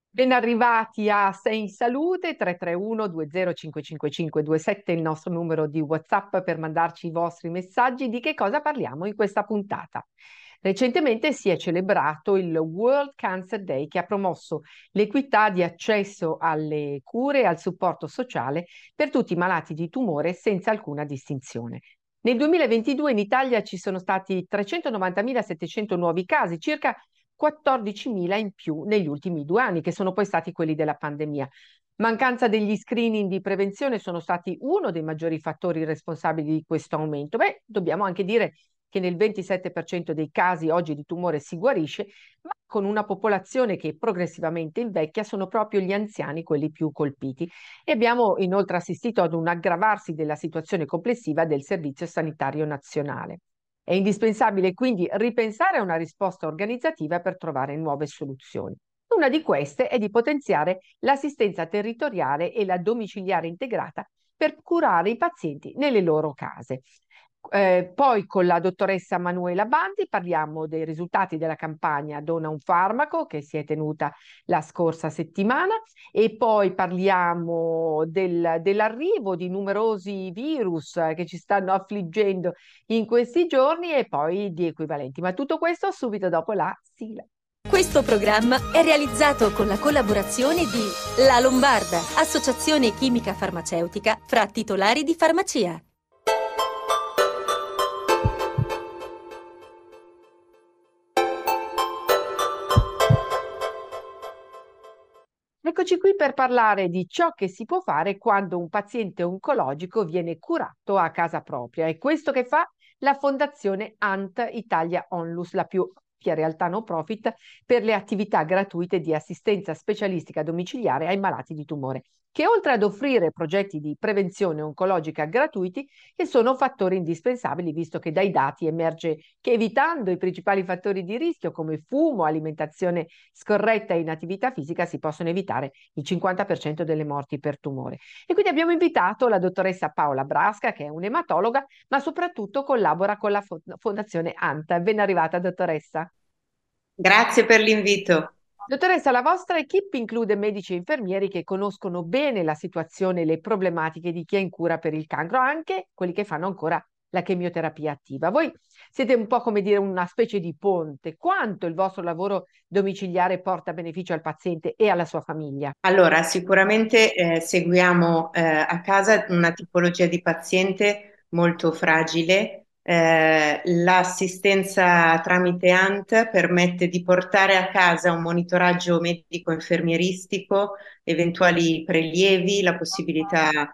Ben arrivati a Sei in Salute. 331 20 555 27 è il nostro numero di WhatsApp per mandarci i vostri messaggi. Di che cosa parliamo in questa puntata? Recentemente si è celebrato il World Cancer Day, che ha promosso l'equità di accesso alle cure e al supporto sociale per tutti i malati di tumore senza alcuna distinzione. Nel 2022 in Italia ci sono stati 390.700 nuovi casi, circa 14.000 in più negli ultimi 2 anni, che sono poi stati quelli della pandemia. Mancanza degli screening di prevenzione sono stati uno dei maggiori fattori responsabili di questo aumento. Beh, dobbiamo anche dire che nel 27% dei casi oggi di tumore si guarisce, ma con una popolazione che progressivamente invecchia sono proprio gli anziani quelli più colpiti. E abbiamo inoltre assistito ad un aggravarsi della situazione complessiva del Servizio Sanitario Nazionale. È indispensabile quindi ripensare a una risposta organizzativa per trovare nuove soluzioni. Una di queste è di potenziare l'assistenza territoriale e la domiciliare integrata per curare i pazienti nelle loro case. Poi con la dottoressa Manuela Bandi parliamo dei risultati della campagna Dona un farmaco che si è tenuta la scorsa settimana e poi parliamo dell'arrivo di numerosi virus che ci stanno affliggendo in questi giorni e poi di equivalenti. Ma tutto questo subito dopo la sigla. Questo programma è realizzato con la collaborazione di La Lombarda, associazione chimica farmaceutica fra titolari di farmacia. Eccoci qui per parlare di ciò che si può fare quando un paziente oncologico viene curato a casa propria. È questo che fa la Fondazione ANT Italia Onlus, la più ampia realtà no profit per le attività gratuite di assistenza specialistica domiciliare ai malati di tumore, che oltre ad offrire progetti di prevenzione oncologica gratuiti, che sono fattori indispensabili, visto che dai dati emerge che evitando i principali fattori di rischio come fumo, alimentazione scorretta e inattività fisica si possono evitare il 50% delle morti per tumore. E quindi abbiamo invitato la dottoressa Paola Brasca, che è un'ematologa, ma soprattutto collabora con la Fondazione ANTA. Ben arrivata, dottoressa. Grazie per l'invito. Dottoressa, la vostra equipe include medici e infermieri che conoscono bene la situazione e le problematiche di chi è in cura per il cancro, anche quelli che fanno ancora la chemioterapia attiva. Voi siete un po' come dire una specie di ponte. Quanto il vostro lavoro domiciliare porta beneficio al paziente e alla sua famiglia? Allora, sicuramente seguiamo a casa una tipologia di paziente molto fragile. L'assistenza tramite ANT permette di portare a casa un monitoraggio medico-infermieristico, eventuali prelievi, la possibilità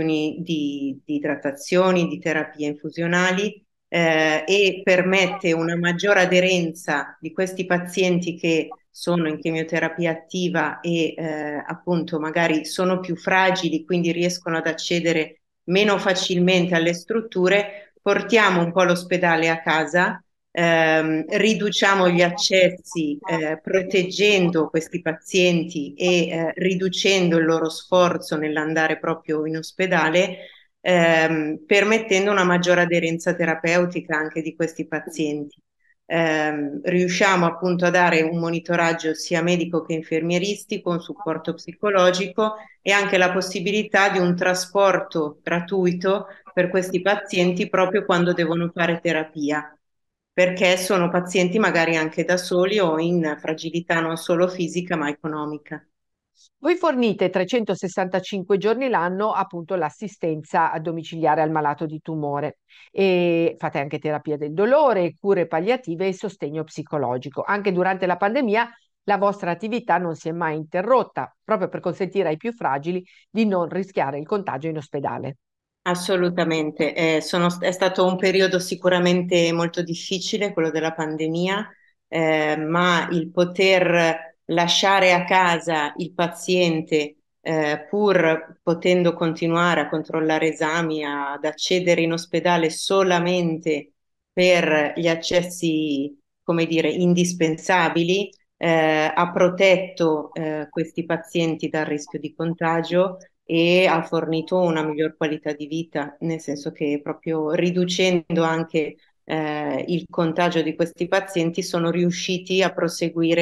di idratazioni, di terapie infusionali e permette una maggiore aderenza di questi pazienti che sono in chemioterapia attiva e appunto magari sono più fragili, quindi riescono ad accedere meno facilmente alle strutture, portiamo un po' l'ospedale a casa, riduciamo gli accessi proteggendo questi pazienti e riducendo il loro sforzo nell'andare proprio in ospedale, permettendo una maggiore aderenza terapeutica anche di questi pazienti. Riusciamo appunto a dare un monitoraggio sia medico che infermieristico, un supporto psicologico e anche la possibilità di un trasporto gratuito per questi pazienti proprio quando devono fare terapia, perché sono pazienti magari anche da soli o in fragilità non solo fisica ma economica. Voi fornite 365 giorni l'anno appunto l'assistenza domiciliare al malato di tumore e fate anche terapia del dolore, cure palliative e sostegno psicologico. Anche durante la pandemia la vostra attività non si è mai interrotta, proprio per consentire ai più fragili di non rischiare il contagio in ospedale. Assolutamente, è stato un periodo sicuramente molto difficile, quello della pandemia, ma il poter lasciare a casa il paziente, pur potendo continuare a controllare esami, ad accedere in ospedale solamente per gli accessi, come dire, indispensabili, ha protetto, questi pazienti dal rischio di contagio e ha fornito una miglior qualità di vita, nel senso che proprio riducendo anche il contagio di questi pazienti sono riusciti a proseguire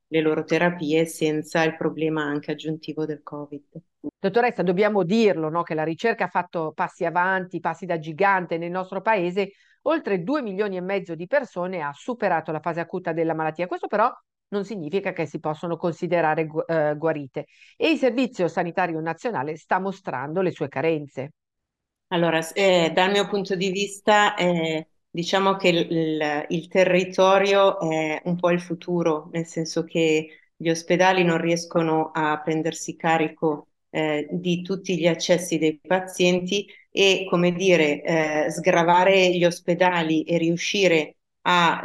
le loro terapie senza il problema anche aggiuntivo del Covid. Dottoressa, dobbiamo dirlo, no, che la ricerca ha fatto passi avanti, passi da gigante nel nostro paese. Oltre 2 milioni e mezzo di persone ha superato la fase acuta della malattia. Questo però non significa che si possono considerare guarite. E il Servizio Sanitario Nazionale sta mostrando le sue carenze. Allora, dal mio punto di vista, diciamo che il territorio è un po' il futuro, nel senso che gli ospedali non riescono a prendersi carico, di tutti gli accessi dei pazienti e, come dire, sgravare gli ospedali e riuscire a,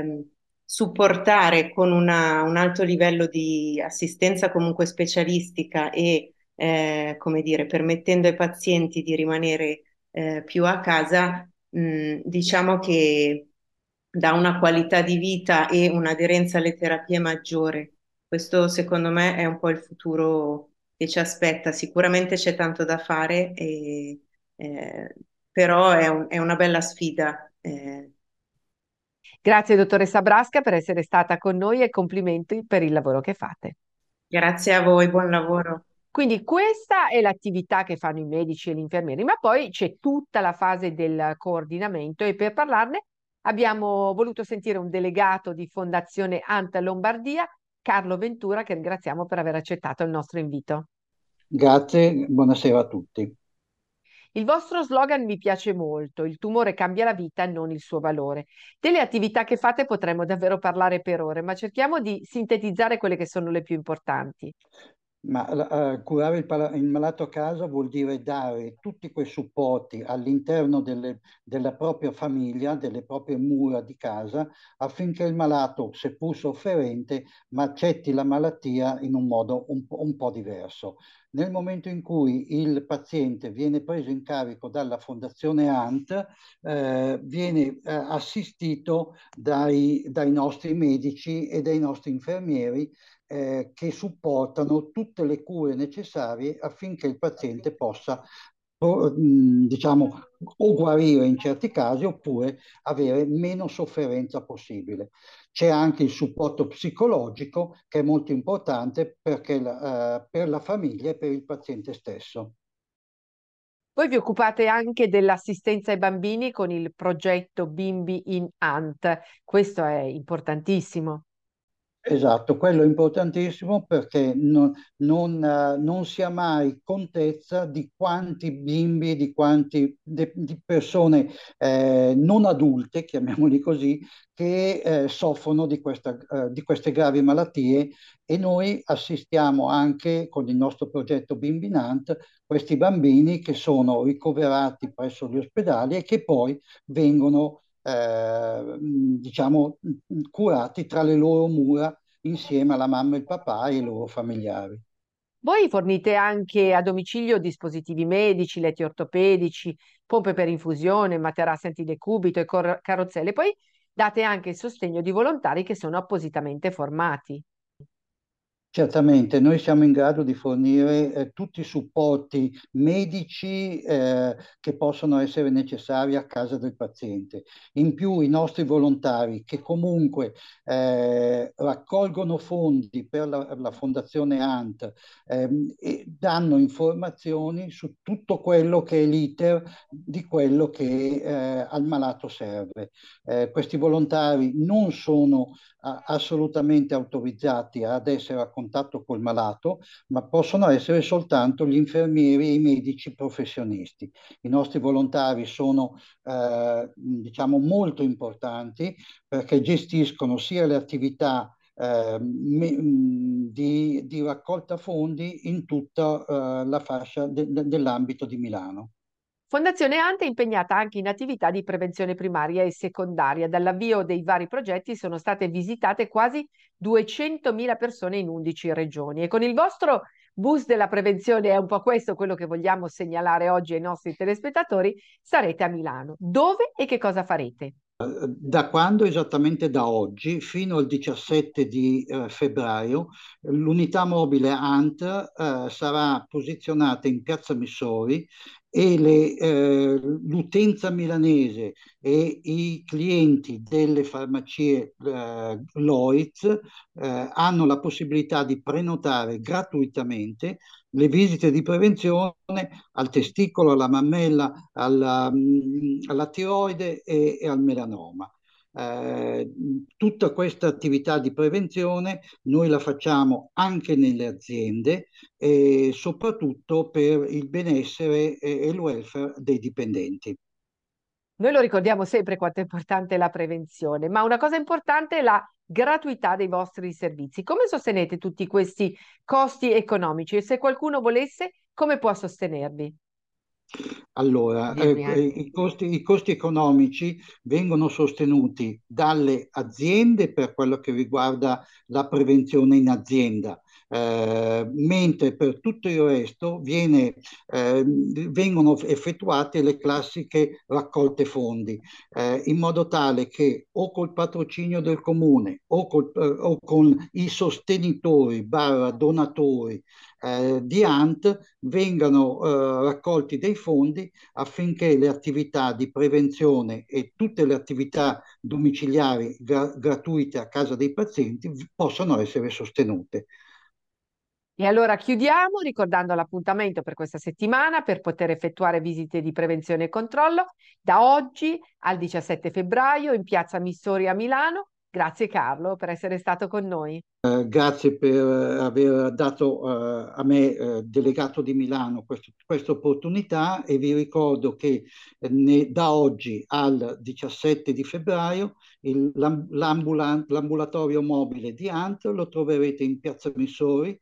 supportare con un alto livello di assistenza comunque specialistica e come dire, permettendo ai pazienti di rimanere più a casa, diciamo che dà una qualità di vita e un'aderenza alle terapie maggiore. Questo secondo me è un po' il futuro che ci aspetta. Sicuramente c'è tanto da fare, eh, però è una bella sfida. Grazie, dottoressa Brasca, per essere stata con noi e complimenti per il lavoro che fate. Grazie a voi, buon lavoro. Quindi questa è l'attività che fanno i medici e gli infermieri, ma poi c'è tutta la fase del coordinamento e per parlarne abbiamo voluto sentire un delegato di Fondazione Ant Lombardia, Carlo Ventura, che ringraziamo per aver accettato il nostro invito. Grazie, buonasera a tutti. Il vostro slogan mi piace molto, il tumore cambia la vita, non il suo valore. Delle attività che fate potremmo davvero parlare per ore, ma cerchiamo di sintetizzare quelle che sono le più importanti. Ma curare il malato a casa vuol dire dare tutti quei supporti all'interno della propria famiglia, delle proprie mura di casa, affinché il malato, seppur sofferente, ma accetti la malattia in un modo un po' diverso. Nel momento in cui il paziente viene preso in carico dalla Fondazione ANT, viene assistito dai nostri medici e dai nostri infermieri che supportano tutte le cure necessarie affinché il paziente possa, diciamo, o guarire in certi casi oppure avere meno sofferenza possibile. C'è anche il supporto psicologico che è molto importante perché per la famiglia e per il paziente stesso. Voi vi occupate anche dell'assistenza ai bambini con il progetto Bimbi in Ant. Questo è importantissimo. Esatto, quello è importantissimo perché non si ha mai contezza di quanti bimbi, di persone non adulte, chiamiamoli così, che soffrono di queste gravi malattie e noi assistiamo anche con il nostro progetto Bimbinant questi bambini che sono ricoverati presso gli ospedali e che poi vengono diciamo, curati tra le loro mura insieme alla mamma e il papà e ai loro familiari. Voi fornite anche a domicilio dispositivi medici, letti ortopedici, pompe per infusione, materassi antidecubito e carrozzelle. Poi date anche il sostegno di volontari che sono appositamente formati. Certamente, noi siamo in grado di fornire tutti i supporti medici che possono essere necessari a casa del paziente. In più i nostri volontari che comunque raccolgono fondi per la Fondazione ANT e danno informazioni su tutto quello che è l'iter di quello che al malato serve. Questi volontari non sono assolutamente autorizzati ad essere a contatto col malato, ma possono essere soltanto gli infermieri e i medici professionisti. I nostri volontari sono, diciamo, molto importanti perché gestiscono sia le attività di raccolta fondi in tutta la fascia dell'ambito di Milano. Fondazione Ante è impegnata anche in attività di prevenzione primaria e secondaria. Dall'avvio dei vari progetti sono state visitate quasi 200.000 persone in 11 regioni e con il vostro bus della prevenzione, è un po' questo quello che vogliamo segnalare oggi ai nostri telespettatori, sarete a Milano. Dove e che cosa farete? Da quando? Esattamente da oggi fino al 17 di febbraio l'unità mobile ANT sarà posizionata in Piazza Missori e l'utenza milanese e i clienti delle farmacie Lloyds hanno la possibilità di prenotare gratuitamente le visite di prevenzione al testicolo, alla mammella, alla tiroide e al melanoma. Tutta questa attività di prevenzione noi la facciamo anche nelle aziende e soprattutto per il benessere e il welfare dei dipendenti. Noi lo ricordiamo sempre quanto è importante la prevenzione, ma una cosa importante è la gratuità dei vostri servizi. Come sostenete tutti questi costi economici? E se qualcuno volesse, come può sostenervi? Allora, Dirmi anche. i costi economici vengono sostenuti dalle aziende per quello che riguarda la prevenzione in azienda, mentre per tutto il resto vengono effettuate le classiche raccolte fondi, in modo tale che o col patrocinio del comune o con i sostenitori barra donatori di ANT vengano raccolti dei fondi affinché le attività di prevenzione e tutte le attività domiciliari gratuite a casa dei pazienti possano essere sostenute. E allora chiudiamo ricordando l'appuntamento per questa settimana per poter effettuare visite di prevenzione e controllo da oggi al 17 febbraio in Piazza Missori a Milano. Grazie Carlo per essere stato con noi. Grazie per aver dato a me, delegato di Milano, questa opportunità e vi ricordo che da oggi al 17 di febbraio l'ambulatorio mobile di ANT lo troverete in Piazza Missori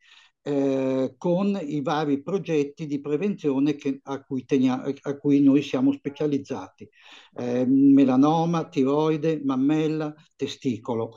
con i vari progetti di prevenzione a cui noi siamo specializzati. Melanoma, tiroide, mammella, testicolo.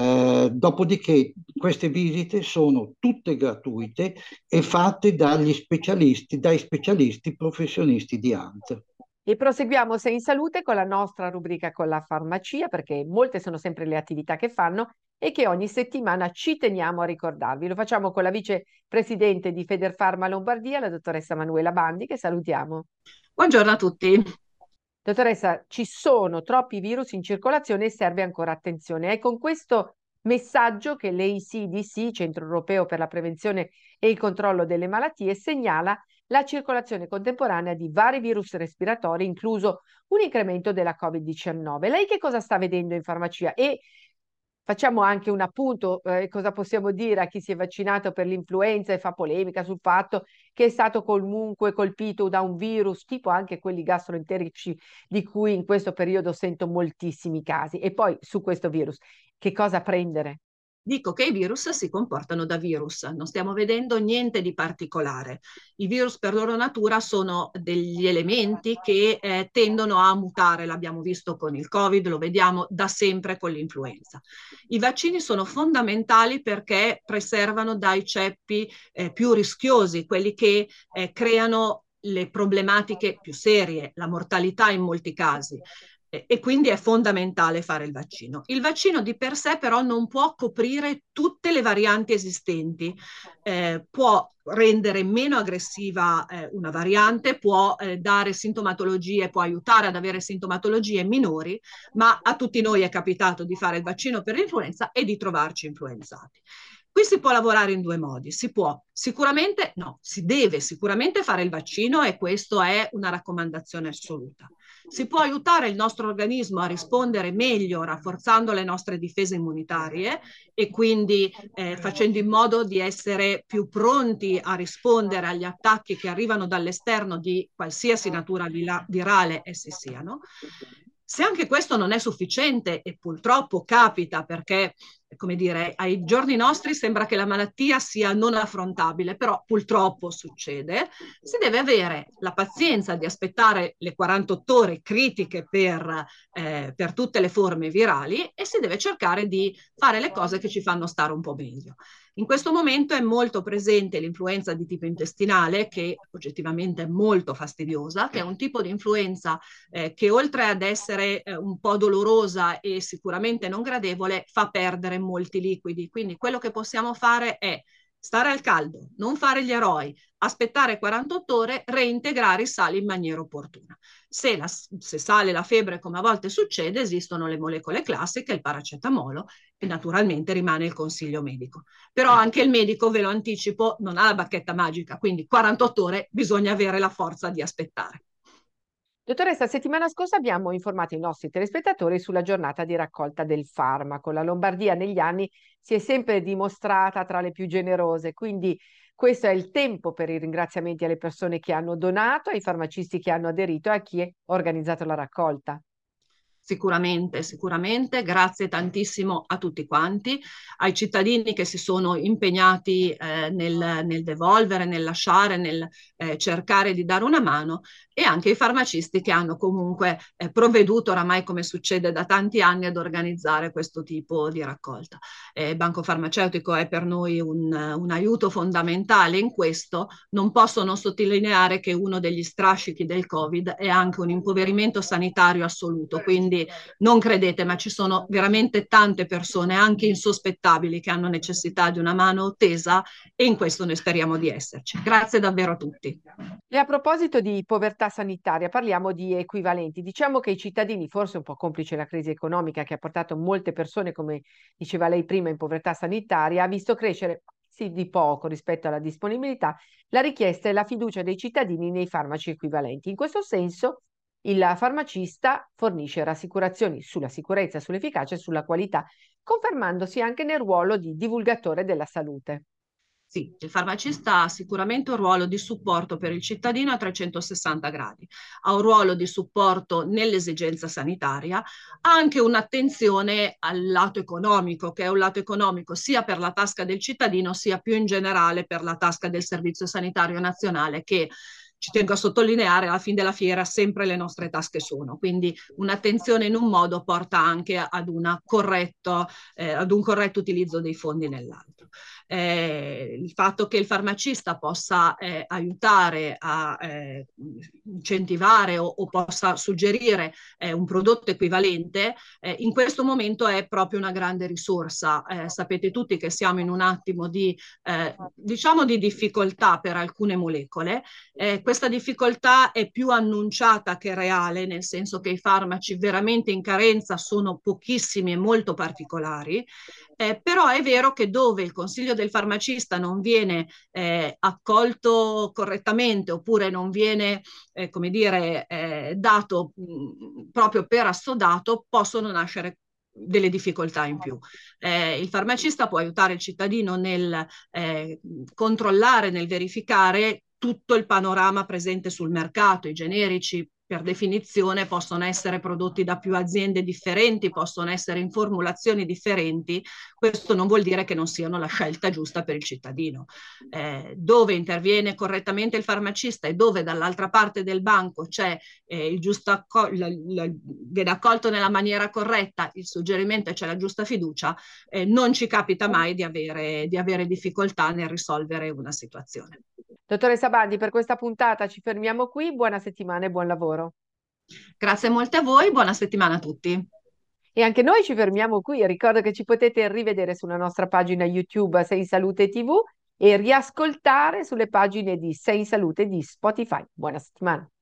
Dopodiché queste visite sono tutte gratuite e fatte dai specialisti professionisti di ANT. E proseguiamo Se in Salute con la nostra rubrica con la farmacia, perché molte sono sempre le attività che fanno e che ogni settimana ci teniamo a ricordarvi. Lo facciamo con la vicepresidente di Federfarma Lombardia, la dottoressa Manuela Bandi, che salutiamo. Buongiorno a tutti. Dottoressa, ci sono troppi virus in circolazione e serve ancora attenzione. È con questo messaggio che l'ECDC, Centro Europeo per la Prevenzione e il Controllo delle Malattie, segnala la circolazione contemporanea di vari virus respiratori, incluso un incremento della Covid-19. Lei che cosa sta vedendo in farmacia? E facciamo anche un appunto, cosa possiamo dire a chi si è vaccinato per l'influenza e fa polemica sul fatto che è stato comunque colpito da un virus, tipo anche quelli gastroenterici, di cui in questo periodo sento moltissimi casi. E poi su questo virus, che cosa prendere? Dico che i virus si comportano da virus, non stiamo vedendo niente di particolare. I virus per loro natura sono degli elementi che tendono a mutare, l'abbiamo visto con il Covid, lo vediamo da sempre con l'influenza. I vaccini sono fondamentali perché preservano dai ceppi più rischiosi, quelli che creano le problematiche più serie, la mortalità in molti casi. E quindi è fondamentale fare il vaccino. Il vaccino di per sé però non può coprire tutte le varianti esistenti, può rendere meno aggressiva una variante, può dare sintomatologie, può aiutare ad avere sintomatologie minori, ma a tutti noi è capitato di fare il vaccino per l'influenza e di trovarci influenzati. Qui si può lavorare in due modi, si deve sicuramente fare il vaccino e questo è una raccomandazione assoluta. Si può aiutare il nostro organismo a rispondere meglio rafforzando le nostre difese immunitarie e quindi facendo in modo di essere più pronti a rispondere agli attacchi che arrivano dall'esterno di qualsiasi natura virale essi siano. Se anche questo non è sufficiente, e purtroppo capita perché, come dire, ai giorni nostri sembra che la malattia sia non affrontabile, però purtroppo succede, si deve avere la pazienza di aspettare le 48 ore critiche per tutte le forme virali e si deve cercare di fare le cose che ci fanno stare un po' meglio. In questo momento è molto presente l'influenza di tipo intestinale, che oggettivamente è molto fastidiosa, che è un tipo di influenza che oltre ad essere un po' dolorosa e sicuramente non gradevole, fa perdere molti liquidi. Quindi quello che possiamo fare è stare al caldo, non fare gli eroi, aspettare 48 ore, reintegrare i sali in maniera opportuna. Se sale la febbre, come a volte succede, esistono le molecole classiche, il paracetamolo, e naturalmente rimane il consiglio medico. Però anche il medico, ve lo anticipo, non ha la bacchetta magica, quindi 48 ore bisogna avere la forza di aspettare. Dottoressa, settimana scorsa abbiamo informato i nostri telespettatori sulla giornata di raccolta del farmaco. La Lombardia negli anni si è sempre dimostrata tra le più generose, quindi questo è il tempo per i ringraziamenti alle persone che hanno donato, ai farmacisti che hanno aderito e a chi ha organizzato la raccolta. Sicuramente, sicuramente, grazie tantissimo a tutti quanti, ai cittadini che si sono impegnati nel devolvere, nel lasciare, nel cercare di dare una mano, e anche ai farmacisti che hanno comunque provveduto, oramai come succede da tanti anni, ad organizzare questo tipo di raccolta. Il Banco Farmaceutico è per noi un aiuto fondamentale in questo. Non posso non sottolineare che uno degli strascichi del Covid è anche un impoverimento sanitario assoluto, quindi non credete, ma ci sono veramente tante persone, anche insospettabili, che hanno necessità di una mano tesa, e in questo noi speriamo di esserci. Grazie davvero a tutti. E a proposito di povertà sanitaria, parliamo di equivalenti. Diciamo che i cittadini, forse un po' complice la crisi economica che ha portato molte persone, come diceva lei prima, in povertà sanitaria, ha visto crescere sì, di poco rispetto alla disponibilità la richiesta e la fiducia dei cittadini nei farmaci equivalenti. In questo senso, il farmacista fornisce rassicurazioni sulla sicurezza, sull'efficacia e sulla qualità, confermandosi anche nel ruolo di divulgatore della salute. Sì, il farmacista ha sicuramente un ruolo di supporto per il cittadino a 360 gradi, ha un ruolo di supporto nell'esigenza sanitaria, ha anche un'attenzione al lato economico, che è un lato economico sia per la tasca del cittadino, sia più in generale per la tasca del Servizio Sanitario Nazionale, che ci tengo a sottolineare, alla fine della fiera sempre le nostre tasche sono, quindi un'attenzione in un modo porta anche ad un corretto utilizzo dei fondi nell'altro. Il fatto che il farmacista possa aiutare a incentivare o possa suggerire un prodotto equivalente, in questo momento è proprio una grande risorsa. Sapete tutti che siamo in un attimo diciamo di difficoltà per alcune molecole. Questa difficoltà è più annunciata che reale, nel senso che i farmaci veramente in carenza sono pochissimi e molto particolari, però è vero che dove il consiglio del farmacista non viene accolto correttamente, oppure non viene come dire, dato proprio per assodato, possono nascere delle difficoltà in più. Il farmacista può aiutare il cittadino nel controllare, nel verificare tutto il panorama presente sul mercato. I generici per definizione possono essere prodotti da più aziende differenti, possono essere in formulazioni differenti. Questo non vuol dire che non siano la scelta giusta per il cittadino. Dove interviene correttamente il farmacista e dove dall'altra parte del banco c'è il giusto viene accolto nella maniera corretta il suggerimento e c'è la giusta fiducia, non ci capita mai di avere difficoltà nel risolvere una situazione. Dottoressa Bandi, per questa puntata ci fermiamo qui. Buona settimana e buon lavoro. Grazie molte a voi, buona settimana a tutti. E anche noi ci fermiamo qui. Ricordo che ci potete rivedere sulla nostra pagina YouTube Sei in Salute TV e riascoltare sulle pagine di Sei in Salute di Spotify. Buona settimana.